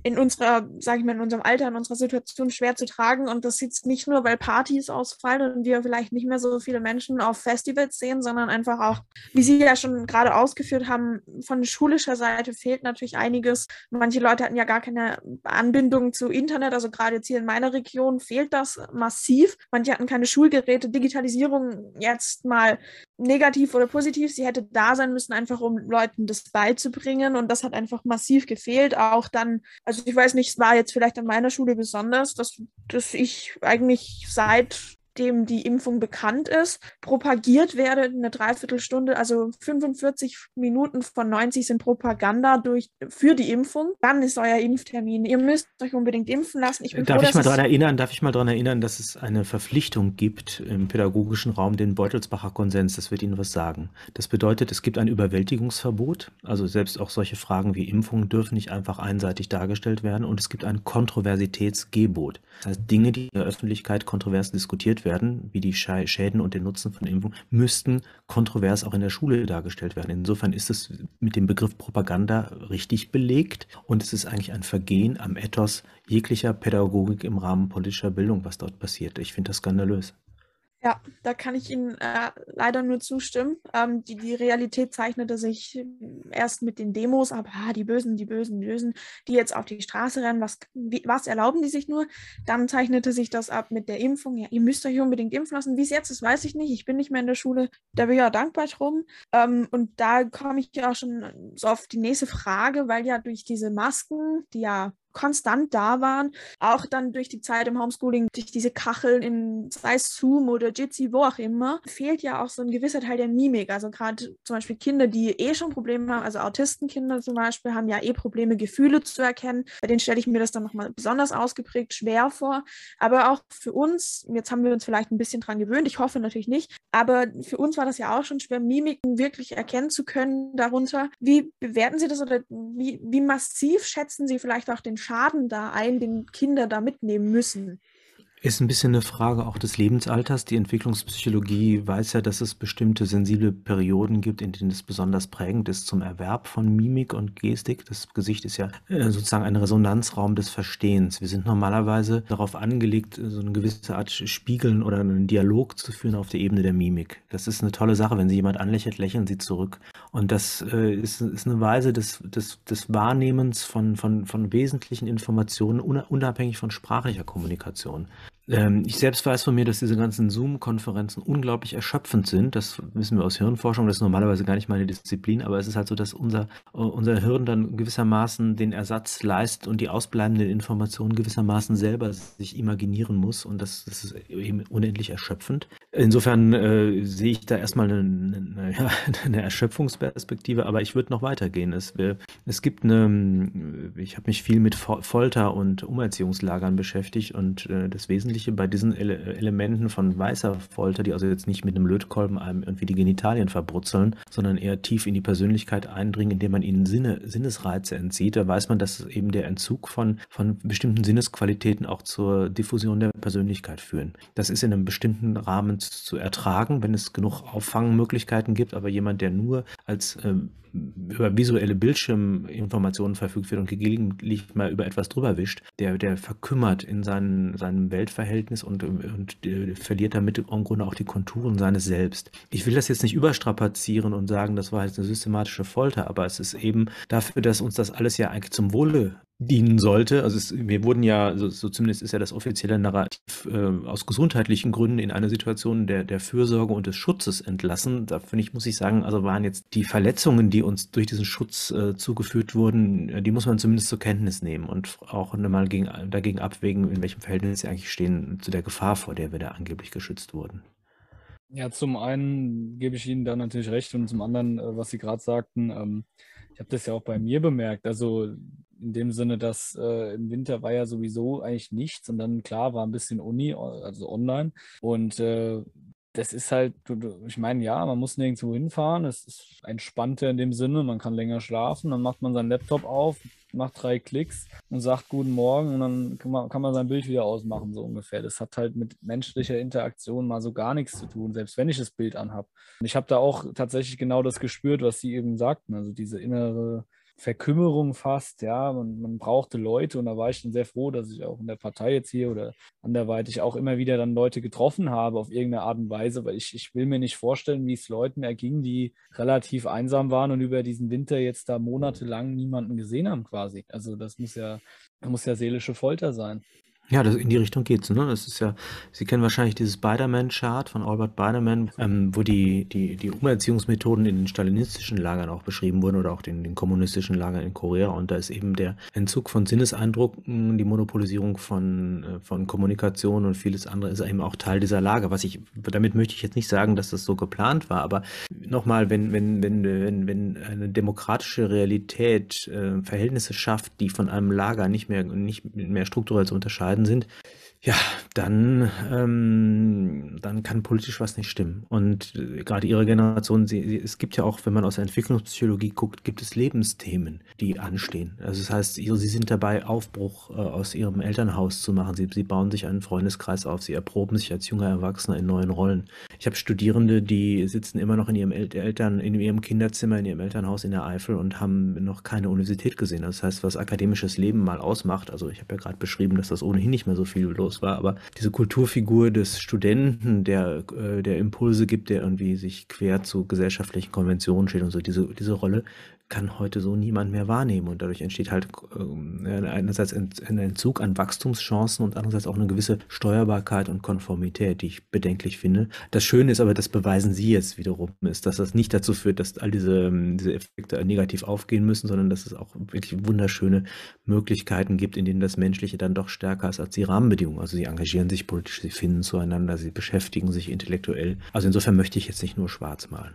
in unserer, sage ich mal, in unserem Alter, in unserer Situation schwer zu tragen. Und das jetzt nicht nur, weil Partys ausfallen und wir vielleicht nicht mehr so viele Menschen auf Festivals sehen, sondern einfach auch, wie Sie ja schon gerade ausgeführt haben, von schulischer Seite fehlt natürlich einiges. Manche Leute hatten ja gar keine Anbindung zu Internet, also gerade jetzt hier in meiner Region fehlt das massiv. Manche hatten keine Schulgeräte, Digitalisierung jetzt mal negativ oder positiv, sie hätte da sein müssen, einfach um Leuten das beizubringen, und das hat einfach massiv gefehlt. Auch dann, also ich weiß nicht, es war jetzt vielleicht an meiner Schule besonders, dass, dass ich eigentlich seit dem die Impfung bekannt ist, propagiert werde, eine Dreiviertelstunde, also fünfundvierzig Minuten von neunzig sind Propaganda durch, für die Impfung. Wann ist euer Impftermin? Ihr müsst euch unbedingt impfen lassen. Ich bin
Darf
froh,
ich mal
dass
daran
es
erinnern, darf ich mal daran erinnern, dass es eine Verpflichtung gibt im pädagogischen Raum, den Beutelsbacher Konsens, das wird Ihnen was sagen. Das bedeutet, es gibt ein Überwältigungsverbot, also selbst auch solche Fragen wie Impfungen dürfen nicht einfach einseitig dargestellt werden, und es gibt ein Kontroversitätsgebot. Das heißt, Dinge, die in der Öffentlichkeit kontrovers diskutiert werden, wie die Schäden und den Nutzen von Impfungen, müssten kontrovers auch in der Schule dargestellt werden. Insofern ist es mit dem Begriff Propaganda richtig belegt, und es ist eigentlich ein Vergehen am Ethos jeglicher Pädagogik im Rahmen politischer Bildung, was dort passiert. Ich finde das skandalös.
Ja, da kann ich Ihnen äh, leider nur zustimmen. Ähm, die, die Realität zeichnete sich erst mit den Demos, aber ah, die Bösen, die Bösen, die Bösen, die jetzt auf die Straße rennen, was, wie, was erlauben die sich nur? Dann zeichnete sich das ab mit der Impfung. Ja, ihr müsst euch unbedingt impfen lassen. Wie es jetzt ist, weiß ich nicht. Ich bin nicht mehr in der Schule. Da bin ich ja dankbar drum. Ähm, und da komme ich ja auch schon so auf die nächste Frage, weil ja durch diese Masken, die ja konstant da waren, auch dann durch die Zeit im Homeschooling, durch diese Kacheln in, sei es Zoom oder Jitsi, wo auch immer, fehlt ja auch so ein gewisser Teil der Mimik. Also gerade zum Beispiel Kinder, die eh schon Probleme haben, also Autistenkinder zum Beispiel, haben ja eh Probleme, Gefühle zu erkennen. Bei denen stelle ich mir das dann nochmal besonders ausgeprägt schwer vor. Aber auch für uns, jetzt haben wir uns vielleicht ein bisschen dran gewöhnt, ich hoffe natürlich nicht, aber für uns war das ja auch schon schwer, Mimiken wirklich erkennen zu können darunter. Wie bewerten Sie das, oder wie, wie massiv schätzen Sie vielleicht auch den Schaden da ein, den Kinder da mitnehmen müssen?
Ist ein bisschen eine Frage auch des Lebensalters. Die Entwicklungspsychologie weiß ja, dass es bestimmte sensible Perioden gibt, in denen es besonders prägend ist zum Erwerb von Mimik und Gestik. Das Gesicht ist ja äh, sozusagen ein Resonanzraum des Verstehens. Wir sind normalerweise darauf angelegt, so eine gewisse Art Spiegeln oder einen Dialog zu führen auf der Ebene der Mimik. Das ist eine tolle Sache. Wenn Sie jemand anlächelt, lächeln Sie zurück. Und das äh, ist, ist eine Weise des, des, des Wahrnehmens von, von, von wesentlichen Informationen, unabhängig von sprachlicher Kommunikation. Ich selbst weiß von mir, dass diese ganzen Zoom-Konferenzen unglaublich erschöpfend sind. Das wissen wir aus Hirnforschung. Das ist normalerweise gar nicht meine Disziplin, aber es ist halt so, dass unser, unser Hirn dann gewissermaßen den Ersatz leistet und die ausbleibenden Informationen gewissermaßen selber sich imaginieren muss. Und das, das ist eben unendlich erschöpfend. Insofern äh, sehe ich da erstmal eine, eine, ja, eine Erschöpfungsperspektive, aber ich würde noch weitergehen. Es, es gibt eine, ich habe mich viel mit Folter und Umerziehungslagern beschäftigt, und äh, das Wesentliche bei diesen Ele Elementen von weißer Folter, die also jetzt nicht mit einem Lötkolben einem irgendwie die Genitalien verbrutzeln, sondern eher tief in die Persönlichkeit eindringen, indem man ihnen Sinne, Sinnesreize entzieht, da weiß man, dass eben der Entzug von, von bestimmten Sinnesqualitäten auch zur Diffusion der Persönlichkeit führen. Das ist in einem bestimmten Rahmen zu ertragen, wenn es genug Auffangmöglichkeiten gibt, aber jemand, der nur als ähm, über visuelle Bildschirminformationen verfügt wird und gelegentlich mal über etwas drüber wischt, der, der verkümmert in seinen, seinem Weltverhältnis und, und äh, verliert damit im Grunde auch die Konturen seines Selbst. Ich will das jetzt nicht überstrapazieren und sagen, das war jetzt eine systematische Folter, aber es ist eben dafür, dass uns das alles ja eigentlich zum Wohle dienen sollte. Also es, wir wurden ja, so, so zumindest ist ja das offizielle Narrativ, äh, aus gesundheitlichen Gründen in eine Situation der, der Fürsorge und des Schutzes entlassen. Da finde ich, muss ich sagen, also waren jetzt die Verletzungen, die uns durch diesen Schutz äh, zugeführt wurden, die muss man zumindest zur Kenntnis nehmen und auch mal gegen, dagegen abwägen, in welchem Verhältnis sie eigentlich stehen zu der Gefahr, vor der wir da angeblich geschützt wurden.
Ja, zum einen gebe ich Ihnen da natürlich recht, und zum anderen, äh, was Sie gerade sagten, ähm, ich habe das ja auch bei mir bemerkt, also in dem Sinne, dass äh, im Winter war ja sowieso eigentlich nichts, und dann klar war ein bisschen Uni, also online, und äh, das ist halt, ich meine, ja, man muss nirgendwo hinfahren, es ist entspannter in dem Sinne, man kann länger schlafen, dann macht man seinen Laptop auf, macht drei Klicks und sagt Guten Morgen, und dann kann man, kann man sein Bild wieder ausmachen, so ungefähr. Das hat halt mit menschlicher Interaktion mal so gar nichts zu tun, selbst wenn ich das Bild anhab. Und ich habe da auch tatsächlich genau das gespürt, was Sie eben sagten, also diese innere Verkümmerung fast, ja, man, man brauchte Leute und da war ich dann sehr froh, dass ich auch in der Partei jetzt hier oder anderweitig auch immer wieder dann Leute getroffen habe auf irgendeine Art und Weise, weil ich, ich will mir nicht vorstellen, wie es Leuten erging, die relativ einsam waren und über diesen Winter jetzt da monatelang niemanden gesehen haben quasi. Also das muss ja, das muss ja seelische Folter sein.
Ja, das, in die Richtung geht's, ne? Das ist ja, Sie kennen wahrscheinlich dieses Biderman-Chart von Albert Biderman, ähm, wo die, die, die Umerziehungsmethoden in den stalinistischen Lagern auch beschrieben wurden oder auch in den kommunistischen Lagern in Korea. Und da ist eben der Entzug von Sinneseindrücken, die Monopolisierung von, äh, von Kommunikation und vieles andere ist eben auch Teil dieser Lager. Was ich, damit möchte ich jetzt nicht sagen, dass das so geplant war, aber nochmal, wenn, wenn, wenn, wenn, wenn eine demokratische Realität äh, Verhältnisse schafft, die von einem Lager nicht mehr, nicht mehr strukturell zu unterscheiden sind, ja, dann, ähm, dann kann politisch was nicht stimmen. Und äh, gerade Ihre Generation, sie, sie, es gibt ja auch, wenn man aus der Entwicklungspsychologie guckt, gibt es Lebensthemen, die anstehen. Also das heißt, Sie sie sind dabei, Aufbruch äh, aus Ihrem Elternhaus zu machen. Sie, sie bauen sich einen Freundeskreis auf, Sie erproben sich als junger Erwachsener in neuen Rollen. Ich habe Studierende, die sitzen immer noch in ihrem El Eltern, in ihrem Kinderzimmer, in ihrem Elternhaus in der Eifel und haben noch keine Universität gesehen. Das heißt, was akademisches Leben mal ausmacht, also ich habe ja gerade beschrieben, dass das ohnehin nicht mehr so viel los war, aber diese Kulturfigur des Studenten, der, äh, der Impulse gibt, der irgendwie sich quer zu gesellschaftlichen Konventionen steht und so, diese, diese Rolle kann heute so niemand mehr wahrnehmen und dadurch entsteht halt äh, einerseits ein Entzug an Wachstumschancen und andererseits auch eine gewisse Steuerbarkeit und Konformität, die ich bedenklich finde. Das Schöne ist aber, das beweisen Sie jetzt wiederum, ist, dass das nicht dazu führt, dass all diese, diese Effekte negativ aufgehen müssen, sondern dass es auch wirklich wunderschöne Möglichkeiten gibt, in denen das Menschliche dann doch stärker ist als die Rahmenbedingungen. Also sie engagieren sich politisch, sie finden zueinander, sie beschäftigen sich intellektuell. Also insofern möchte ich jetzt nicht nur schwarz malen.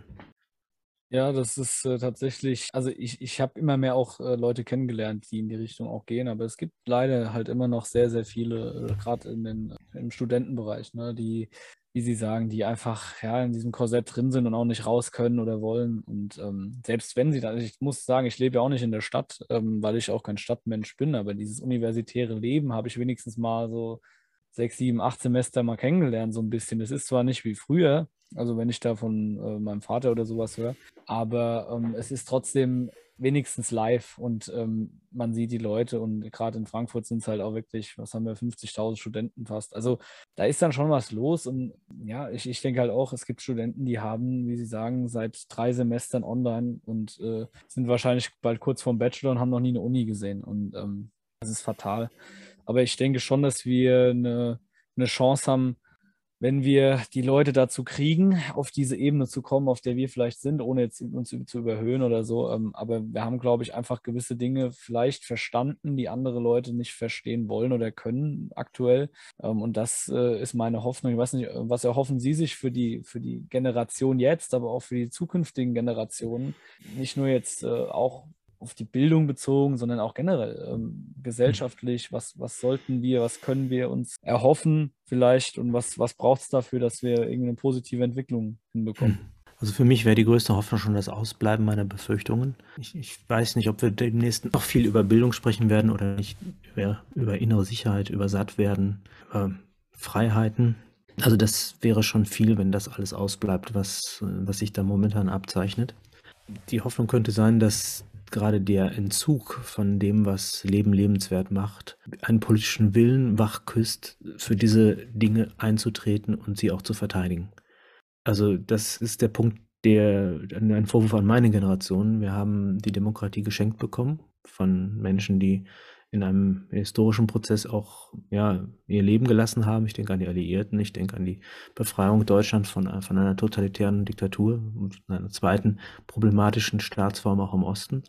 Ja, das ist äh, tatsächlich, also ich, ich habe immer mehr auch äh, Leute kennengelernt, die in die Richtung auch gehen, aber es gibt leider halt immer noch sehr, sehr viele, äh, gerade in den, im Studentenbereich, ne, die, wie Sie sagen, die einfach ja in diesem Korsett drin sind und auch nicht raus können oder wollen. Und ähm, selbst wenn sie da, ich muss sagen, ich lebe ja auch nicht in der Stadt, ähm, weil ich auch kein Stadtmensch bin, aber dieses universitäre Leben habe ich wenigstens mal so sechs, sieben, acht Semester mal kennengelernt, so ein bisschen. Das ist zwar nicht wie früher, also wenn ich da von äh, meinem Vater oder sowas höre, aber ähm, es ist trotzdem wenigstens live und ähm, man sieht die Leute und gerade in Frankfurt sind es halt auch wirklich, was haben wir, fünfzigtausend Studenten fast. Also da ist dann schon was los und ja, ich, ich denke halt auch, es gibt Studenten, die haben, wie Sie sagen, seit drei Semestern online und äh, sind wahrscheinlich bald kurz vorm Bachelor und haben noch nie eine Uni gesehen und ähm, das ist fatal. Aber ich denke schon, dass wir eine, eine Chance haben, wenn wir die Leute dazu kriegen, auf diese Ebene zu kommen, auf der wir vielleicht sind, ohne jetzt uns zu überhöhen oder so. Aber wir haben, glaube ich, einfach gewisse Dinge vielleicht verstanden, die andere Leute nicht verstehen wollen oder können aktuell. Und das ist meine Hoffnung. Ich weiß nicht, was erhoffen Sie sich für die, für die Generation jetzt, aber auch für die zukünftigen Generationen? Nicht nur jetzt auch auf die Bildung bezogen, sondern auch generell ähm, gesellschaftlich. Was, was sollten wir, was können wir uns erhoffen vielleicht und was, was braucht es dafür, dass wir irgendeine positive Entwicklung hinbekommen?
Also für mich wäre die größte Hoffnung schon das Ausbleiben meiner Befürchtungen. Ich, ich weiß nicht, ob wir demnächst noch viel über Bildung sprechen werden oder nicht, über, über innere Sicherheit, über Sattwerden, über Freiheiten. Also das wäre schon viel, wenn das alles ausbleibt, was, was sich da momentan abzeichnet. Die Hoffnung könnte sein, dass gerade der Entzug von dem, was Leben lebenswert macht, einen politischen Willen wachküsst, für diese Dinge einzutreten und sie auch zu verteidigen. Also das ist der Punkt, der ein Vorwurf an meine Generation. Wir haben die Demokratie geschenkt bekommen von Menschen, die in einem historischen Prozess auch ja, ihr Leben gelassen haben. Ich denke an die Alliierten, ich denke an die Befreiung Deutschlands von, von einer totalitären Diktatur und einer zweiten problematischen Staatsform auch im Osten.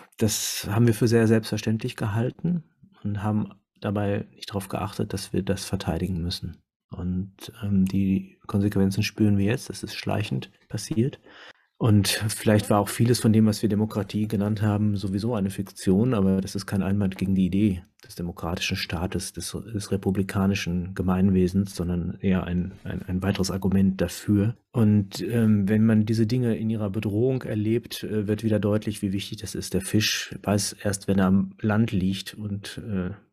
Das haben wir für sehr selbstverständlich gehalten und haben dabei nicht darauf geachtet, dass wir das verteidigen müssen. Und ähm, die Konsequenzen spüren wir jetzt, das ist schleichend passiert. Und vielleicht war auch vieles von dem, was wir Demokratie genannt haben, sowieso eine Fiktion, aber das ist kein Einwand gegen die Idee des demokratischen Staates, des, des republikanischen Gemeinwesens, sondern eher ein, ein, ein weiteres Argument dafür. Und ähm, wenn man diese Dinge in ihrer Bedrohung erlebt, äh, wird wieder deutlich, wie wichtig das ist. Der Fisch weiß erst, wenn er am Land liegt und äh,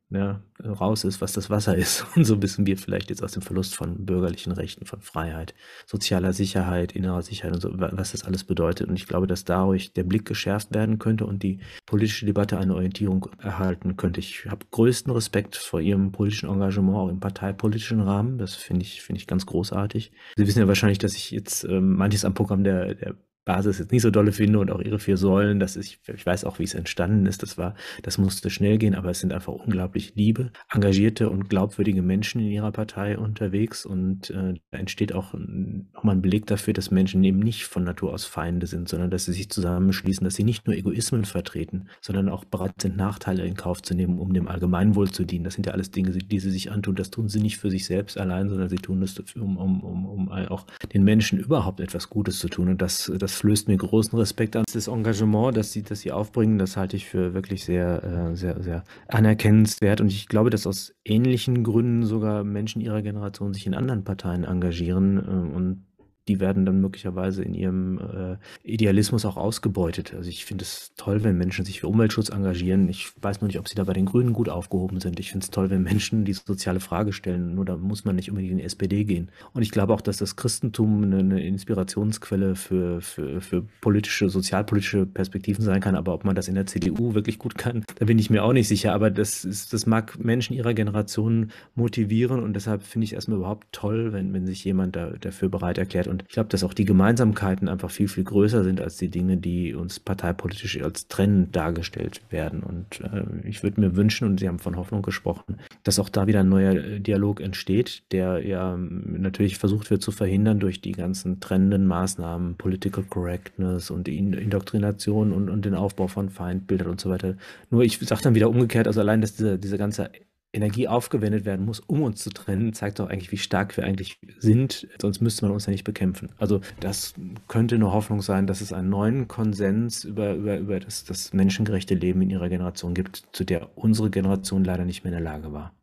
ja, raus ist, was das Wasser ist. Und so wissen wir vielleicht jetzt aus dem Verlust von bürgerlichen Rechten, von Freiheit, sozialer Sicherheit, innerer Sicherheit und so, was das alles bedeutet. Und ich glaube, dass dadurch der Blick geschärft werden könnte und die politische Debatte eine Orientierung erhalten könnte. Ich habe größten Respekt vor Ihrem politischen Engagement, auch im parteipolitischen Rahmen. Das finde ich, finde ich ganz großartig. Sie wissen ja wahrscheinlich, dass ich jetzt ähm, manches am Programm der, der Basis jetzt nicht so dolle finde und auch ihre vier Säulen, das ist, ich weiß auch, wie es entstanden ist, das war, das musste schnell gehen, aber es sind einfach unglaublich liebe, engagierte und glaubwürdige Menschen in ihrer Partei unterwegs und äh, da entsteht auch nochmal ein Beleg dafür, dass Menschen eben nicht von Natur aus Feinde sind, sondern dass sie sich zusammenschließen, dass sie nicht nur Egoismen vertreten, sondern auch bereit sind, Nachteile in Kauf zu nehmen, um dem Allgemeinwohl zu dienen. Das sind ja alles Dinge, die sie sich antun, das tun sie nicht für sich selbst allein, sondern sie tun das, um, um, um, um auch den Menschen überhaupt etwas Gutes zu tun und das, das flößt mir großen Respekt an. Das Engagement, das sie, das sie aufbringen, das halte ich für wirklich sehr, sehr, sehr anerkennenswert. Und ich glaube, dass aus ähnlichen Gründen sogar Menschen ihrer Generation sich in anderen Parteien engagieren und die werden dann möglicherweise in ihrem äh, Idealismus auch ausgebeutet. Also ich finde es toll, wenn Menschen sich für Umweltschutz engagieren. Ich weiß noch nicht, ob sie da bei den Grünen gut aufgehoben sind. Ich finde es toll, wenn Menschen die soziale Frage stellen. Nur da muss man nicht unbedingt in die S P D gehen. Und ich glaube auch, dass das Christentum eine, eine Inspirationsquelle für, für, für politische, sozialpolitische Perspektiven sein kann. Aber ob man das in der C D U wirklich gut kann, da bin ich mir auch nicht sicher. Aber das, ist, das mag Menschen ihrer Generation motivieren. Und deshalb finde ich es erstmal überhaupt toll, wenn, wenn sich jemand da, dafür bereit erklärt. Und ich glaube, dass auch die Gemeinsamkeiten einfach viel, viel größer sind als die Dinge, die uns parteipolitisch als trennend dargestellt werden. Und äh, ich würde mir wünschen, und Sie haben von Hoffnung gesprochen, dass auch da wieder ein neuer Dialog entsteht, der ja natürlich versucht wird zu verhindern durch die ganzen trennenden Maßnahmen, Political Correctness und die Indoktrination und, und den Aufbau von Feindbildern und so weiter. Nur ich sage dann wieder umgekehrt, also allein, dass diese, diese ganze Energie aufgewendet werden muss, um uns zu trennen, zeigt doch eigentlich, wie stark wir eigentlich sind. Sonst müsste man uns ja nicht bekämpfen. Also das könnte eine Hoffnung sein, dass es einen neuen Konsens über, über, über das, das menschengerechte Leben in ihrer Generation gibt, zu der unsere Generation leider nicht mehr in der Lage war.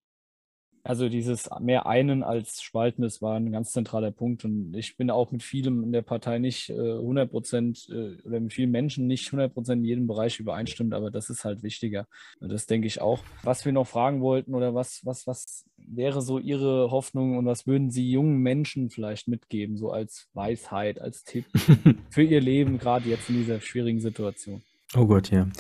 Also dieses mehr einen als spalten, das war ein ganz zentraler Punkt und ich bin auch mit vielem in der Partei nicht äh, hundert Prozent äh, oder mit vielen Menschen nicht hundert Prozent in jedem Bereich übereinstimmt, aber das ist halt wichtiger. Und das denke ich auch. Was wir noch fragen wollten oder was, was, was wäre so Ihre Hoffnung und was würden Sie jungen Menschen vielleicht mitgeben, so als Weisheit, als Tipp für ihr Leben, gerade jetzt in dieser schwierigen Situation?
Oh Gott, ja.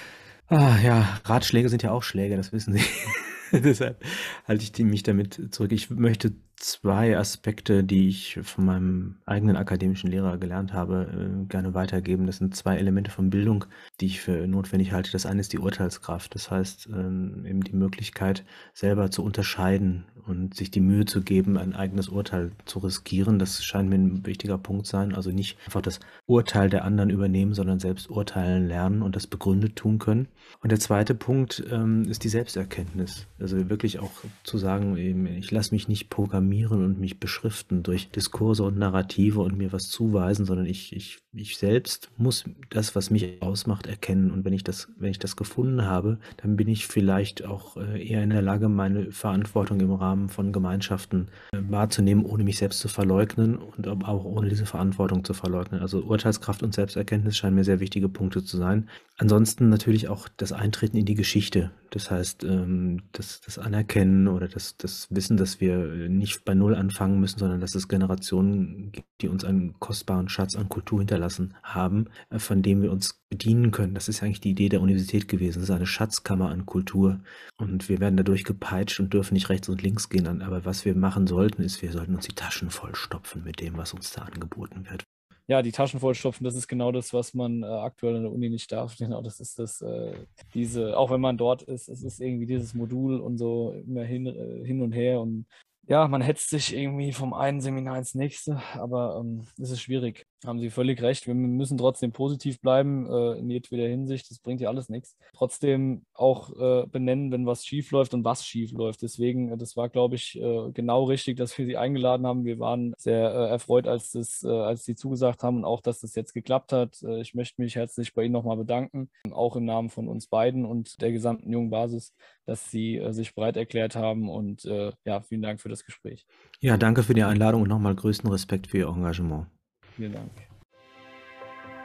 Ah, ja, Ratschläge sind ja auch Schläge, das wissen Sie. Deshalb halte ich mich damit zurück. Ich möchte zwei Aspekte, die ich von meinem eigenen akademischen Lehrer gelernt habe, gerne weitergeben. Das sind zwei Elemente von Bildung, die ich für notwendig halte. Das eine ist die Urteilskraft. Das heißt, eben die Möglichkeit, selber zu unterscheiden und sich die Mühe zu geben, ein eigenes Urteil zu riskieren. Das scheint mir ein wichtiger Punkt sein. Also nicht einfach das Urteil der anderen übernehmen, sondern selbst urteilen lernen und das begründet tun können. Und der zweite Punkt ähm, ist die Selbsterkenntnis. Also wirklich auch zu sagen, eben, ich lasse mich nicht programmieren und mich beschriften durch Diskurse und Narrative und mir was zuweisen, sondern ich, ich, ich selbst muss das, was mich ausmacht, erkennen. Und wenn ich das, wenn ich das gefunden habe, dann bin ich vielleicht auch eher in der Lage, meine Verantwortung im Rahmen von Gemeinschaften wahrzunehmen, ohne mich selbst zu verleugnen und auch ohne diese Verantwortung zu verleugnen. Also Urteilskraft und Selbsterkenntnis scheinen mir sehr wichtige Punkte zu sein. Ansonsten natürlich auch das Eintreten in die Geschichte. Das heißt, das, das Anerkennen oder das, das Wissen, dass wir nicht bei Null anfangen müssen, sondern dass es Generationen gibt, die uns einen kostbaren Schatz an Kultur hinterlassen haben, von dem wir uns bedienen können. Das ist eigentlich die Idee der Universität gewesen. Das ist eine Schatzkammer an Kultur. Und wir werden dadurch gepeitscht und dürfen nicht rechts und links gehen. Aber was wir machen sollten, ist, wir sollten uns die Taschen vollstopfen mit dem, was uns da angeboten wird.
Ja, die Taschen vollstopfen, das ist genau das, was man äh, aktuell an der Uni nicht darf. Genau, das ist das, äh, diese, auch wenn man dort ist, es ist irgendwie dieses Modul und so immer hin, äh, hin und her und ja, man hetzt sich irgendwie vom einen Seminar ins nächste, aber ähm, es ist schwierig. Haben Sie völlig recht. Wir müssen trotzdem positiv bleiben, äh, in jedweder Hinsicht. Das bringt ja alles nichts. Trotzdem auch äh, benennen, wenn was schief läuft und was schief läuft. Deswegen, äh, das war, glaube ich, äh, genau richtig, dass wir Sie eingeladen haben. Wir waren sehr äh, erfreut, als, das, äh, als Sie zugesagt haben und auch, dass das jetzt geklappt hat. Äh, ich möchte mich herzlich bei Ihnen nochmal bedanken, auch im Namen von uns beiden und der gesamten jungen Basis, dass Sie äh, sich bereit erklärt haben. Und äh, ja, vielen Dank für das Gespräch.
Ja, danke für die Einladung und nochmal größten Respekt für Ihr Engagement.
Vielen Dank.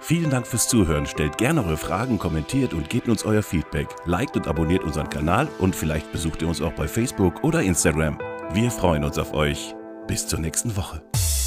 Vielen Dank fürs Zuhören. Stellt gerne eure Fragen, kommentiert und gebt uns euer Feedback. Liked und abonniert unseren Kanal und vielleicht besucht ihr uns auch bei Facebook oder Instagram. Wir freuen uns auf euch. Bis zur nächsten Woche.